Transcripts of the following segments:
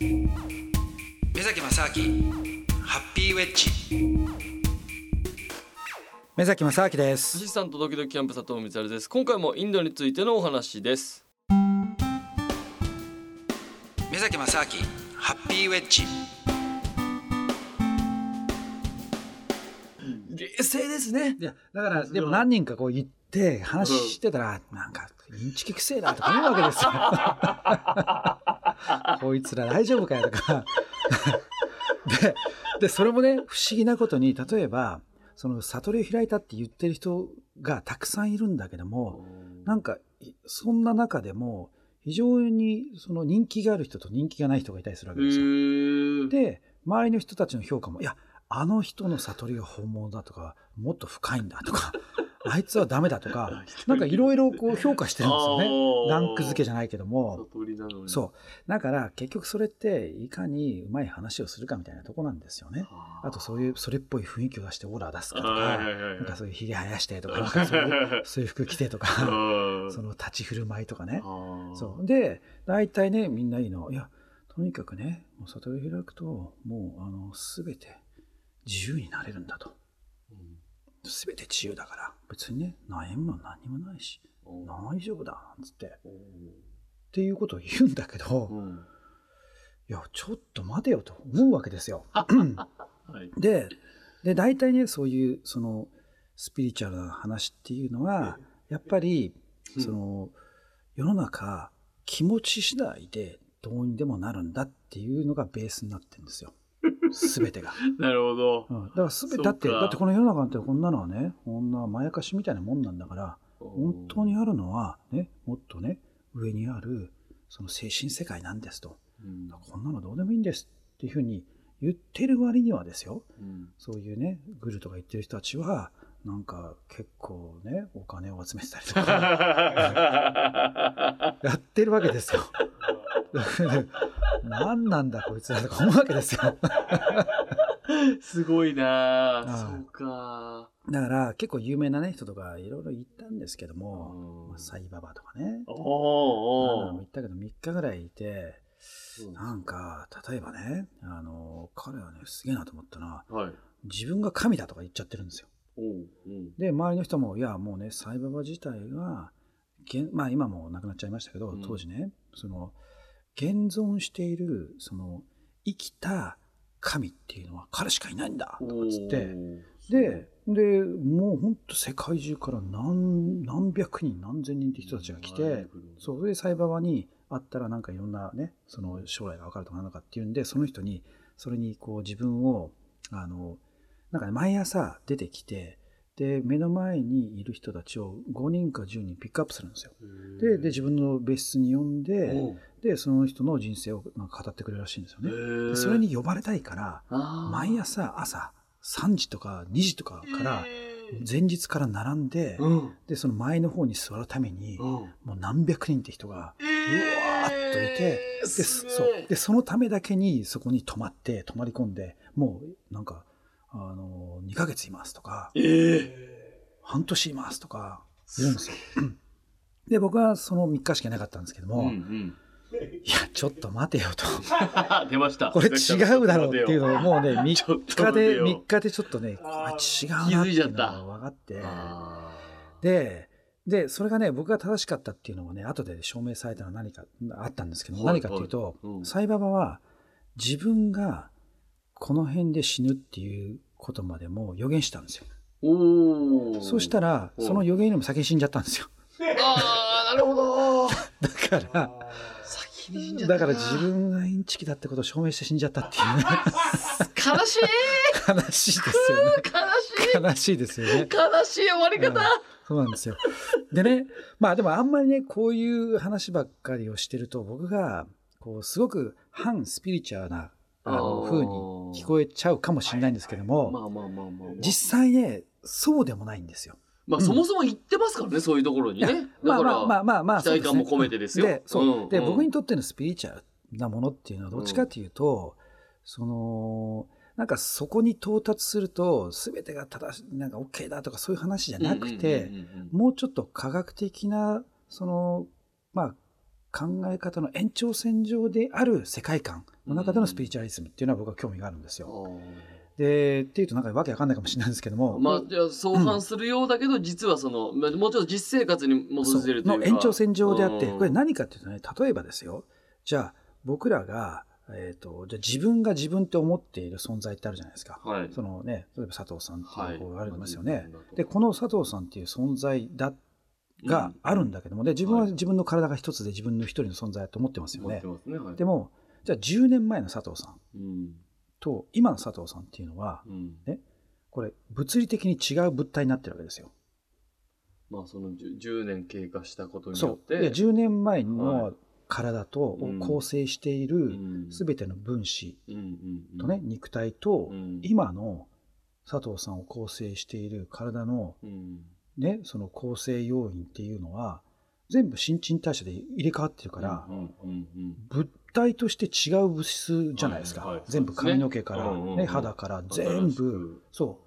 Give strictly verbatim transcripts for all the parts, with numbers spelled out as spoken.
目崎正明ハッピーウェッジ。目崎正明です。 アシスタントドキドキキャンプ佐藤光晴です。今回もインドについてのお話です。 目崎正明ハッピーウェッジ。 冷静ですね。 いやだからでも何人かこう言って話してたら、なんかインチキくせえなとか言うわけですよこいつら大丈夫かよとかで, でそれもね不思議なことに、例えばその悟りを開いたって言ってる人がたくさんいるんだけども、なんかそんな中でも非常にその人気がある人と人気がない人がいたりするわけですよ。で周りの人たちの評価も、いやあの人の悟りが本物だとか、もっと深いんだとかあいつはダメだとか、なんかいろいろこう評価してるんですよね。ランク付けじゃないけども、 悟りなのに。 そうだから結局それっていかにうまい話をするかみたいなとこなんですよね。あとそういうそれっぽい雰囲気を出してオーラ出すかとか、なんかそういうひげ生やしてとか、なんかそういうそういう服着てとかその立ち振る舞いとかね。そうで大体ねみんないいの、いやとにかくねもう悟りを開くともうあの全て自由になれるんだと、うん、全て自由だから別にね悩みも何もないし大丈夫だなんつってっていうことを言うんだけど、うん、いやちょっと待てよと思うわけですよ、はい、で, で大体ねそういうそのスピリチュアルな話っていうのはやっぱりその、うん、世の中気持ち次第でどうにでもなるんだっていうのがベースになってるんですよ全てがなるほど、 うん、だから全てだってだってこの世の中ってこんなのはね、こんなまやかしみたいなもんなんだから、本当にあるのはねもっとね上にあるその精神世界なんですと、うん、こんなのどうでもいいんですっていうふうに言ってる割にはですよ、うん、そういうねグルとか言ってる人たちはなんか結構ねお金を集めてたりとかやってるわけですよ何なんだこいつらとか思うわけですよすごいなあ。そうか。 だから結構有名な、ね、人とかいろいろ行ったんですけども、まあ、サイババとかね、おー行ったけどみっかぐらいいて、なんか例えばねあの彼はねすげえなと思ったのは、はい、自分が神だとか言っちゃってるんですよ。うん、で周りの人もいやもうねサイババ自体がまあ今も亡くなっちゃいましたけど、うん、当時ねその現存しているその生きた神っていうのは彼しかいないんだとかつって、ででもうほんと世界中から 何, 何百人何千人って人たちが来て、それでサイババに会ったらなんかいろんなねその将来が分かるとかなんかっていうんで、その人にそれにこう自分をあのなんか、ね、毎朝出てきて、で目の前にいる人たちをごにんかじゅうにんピックアップするんですよ。で, で自分の別室に呼んで、でその人の人生をなんか語ってくれるらしいんですよね。でそれに呼ばれたいから毎朝朝さんじとかにじとかから前日から並んで、でその前の方に座るためにもう何百人って人がうわーっといて、で そ, でそのためだけにそこに泊まって泊まり込んで、もうなんかあのにかげついますとか、えー、半年いますとか言うんですよ。で僕はそのみっかしかなかったんですけども、うんうん、いやちょっと待てよと出ましたこれ違うだろうっていうのをもうねみっかでみっかでちょっとねこれ違うなっていうのが分かって、ででそれがね僕が正しかったっていうのもね後で証明されたのは何かあったんですけども、何かっていうと、うん、サイババは自分がこの辺で死ぬっていうことまでも予言したんですよ。おそしたらその予言よりも先に死んじゃったんですよ。 あーなるほどだから先に死んじゃった。 だから自分がインチキだってことを証明して死んじゃったっていうね悲しい悲しいですよね。悲しい悲しいですよね。 悲しい終わり方、うん、 そうなんですよ。でねまあでもあんまりねこういう話ばっかりをしてると僕がこうすごく反スピリチュアルなあの風に聞こえちゃうかもしれないんですけども、実際ねそうでもないんですよ。 まあ、そもそも言ってますからね、うん、そういうところにね。だから期待感も込めてですよ。 で、そう、うん、で僕にとってのスピリチュアルなものっていうのはどっちかというと、うん、そのなんかそこに到達すると全てが正しなんか OK だとかそういう話じゃなくて、もうちょっと科学的なそのまあ考え方の延長線上である世界観の中でのスピリチュアリズムっていうのは僕は興味があるんですよ。うんでっていうとなんかわけわかんないかもしれないんですけども、 まあじゃあ相反するようだけど、うん、実はそのもうちょっと実生活に基づいてるというかの延長線上であって、これ何かっていうとね、例えばですよ、じゃあ僕らが、えーと、じゃあ自分が自分って思っている存在ってあるじゃないですか、はい、そのね、例えば佐藤さんっていう子がありますよね、はい、でこの佐藤さんっていう存在だがあるんだけども、で自分は自分の体が一つで自分の一人の存在だと思ってますよね。ね、はい、でもじゃあじゅうねんまえの佐藤さん、うんと今の佐藤さんっていうのは、うんね、これ物理的に違う物体になってるわけですよ。 まあそのじゅうねん経過したことによって、 そうでじゅうねんまえの体とを構成している全ての分子とね、肉体と今の佐藤さんを構成している体の、ね、その構成要因っていうのは全部新陳代謝で入れ替わってるから、物体として違う物質じゃないですか、はいはい、全部髪の毛から、ね、ね、肌から全部そう、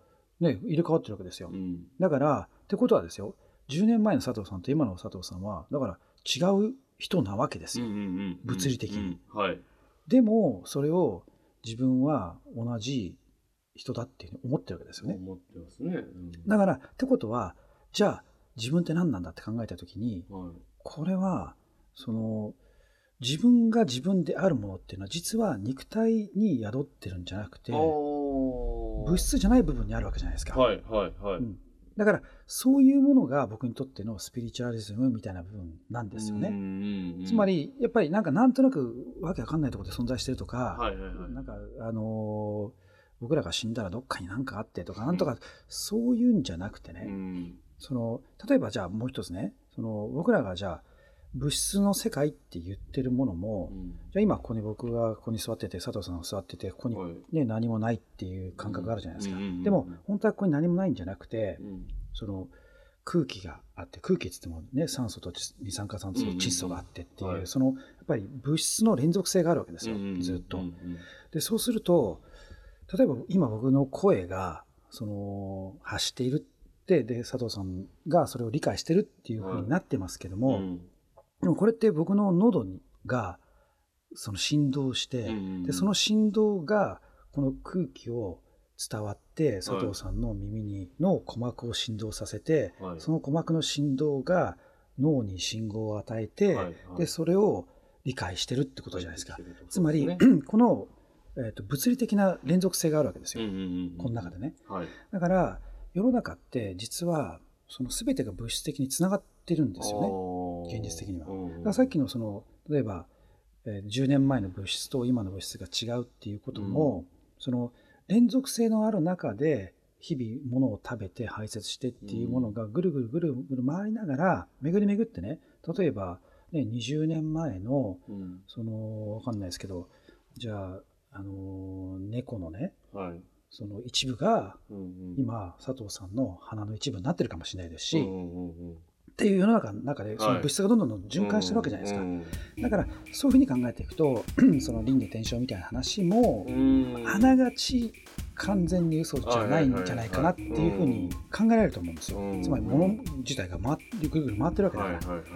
ね、入れ替わってるわけですよ、うん、だからってことはですよ、じゅうねんまえの佐藤さんと今の佐藤さんはだから違う人なわけですよ、うんうんうん、物理的に、うんうん、はい、でもそれを自分は同じ人だって思ってるわけですよね。 思ってますね、うん、 だからってことはじゃあ自分って何なんだって考えたときに、はい、これはその自分が自分であるものっていうのは実は肉体に宿ってるんじゃなくて物質じゃない部分にあるわけじゃないですか、はいはいはい、うん、だからそういうものが僕にとってのスピリチュアリズムみたいな部分なんですよね。うんうんうん、つまりやっぱりなんかなんとなくわけわかんないところで存在してるとか、はいはいはい、なんかあのー、僕らが死んだらどっかに何かあってとかなんとか、うん、そういうんじゃなくてね、うん、その例えばじゃあもう一つね、その僕らがじゃあ物質の世界って言ってるものも、うん、じゃあ今ここに僕がここに座ってて佐藤さんが座っててここに、ね、何もないっていう感覚があるじゃないですか、うんうんうんうん、でも本当はここに何もないんじゃなくて、うん、その空気があって、空気って言ってもね、酸素と二酸化炭素と窒素があってっていう、うんうんうん、そのやっぱり物質の連続性があるわけですよ、うんうんうん、ずっと。でそうすると例えば今僕の声がその発しているってで佐藤さんがそれを理解してるっていう風になってますけども、はい、うんでもこれって僕の喉がその振動して、うんうん、でその振動がこの空気を伝わって佐藤さんの耳にの鼓膜を振動させて、はい、その鼓膜の振動が脳に信号を与えて、はいはい、でそれを理解してるってことじゃないですか。はい、つまり、ね、この、えーと、物理的な連続性があるわけですよ、うんうんうん、この中でね、はい、だから世の中って実はその全てが物質的につながってるんですよね、現実的には。だからさっきのその例えば、えー、じゅうねんまえの物質と今の物質が違うっていうことも、うん、その連続性のある中で日々物を食べて排泄してっていうものがぐるぐるぐるぐる回りながら巡り巡ってね、例えば、ね、にじゅうねんまえの、うん、そのわかんないですけど、じゃあ、あのー、猫のね、はい、その一部が今佐藤さんの鼻の一部になってるかもしれないですし、うんうんうん、っていう世の中の中でその物質がどんどん循環してるわけじゃないですか、はい、だからそういうふうに考えていくとその輪廻転生みたいな話もあながち完全に嘘じゃないんじゃないかなっていうふうに考えられると思うんですよ。つまり物自体が回ってぐるぐる回ってるわけだから、はいはいはい、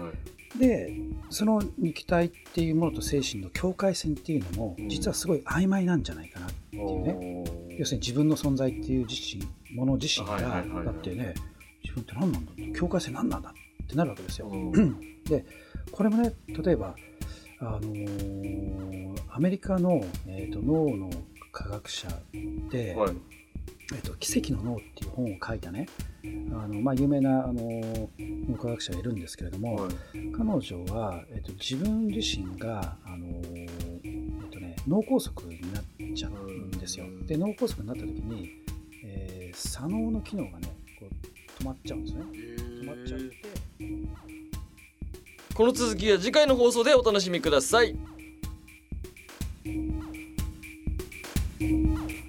でその肉体っていうものと精神の境界線っていうのも実はすごい曖昧なんじゃないかなっていうね、要するに自分の存在っていう自身もの自身が、はいはいはいはい、だってね、自分って何なんだ、境界線何なんだってなるわけですよ。でこれもね、例えば、あのー、アメリカの、えーと、脳の科学者で、はい、えーと、奇跡の脳っていう本を書いたね、あの、まあ、有名な、あのー、脳科学者がいるんですけれども、はい、彼女は、えーと、自分自身が、あのーえーとね、脳梗塞になっちゃうんですよ。で脳梗塞になった時に、えー、左脳の機能がねこう止まっちゃうんですね。止まっちゃって、 この続きは次回の放送でお楽しみください。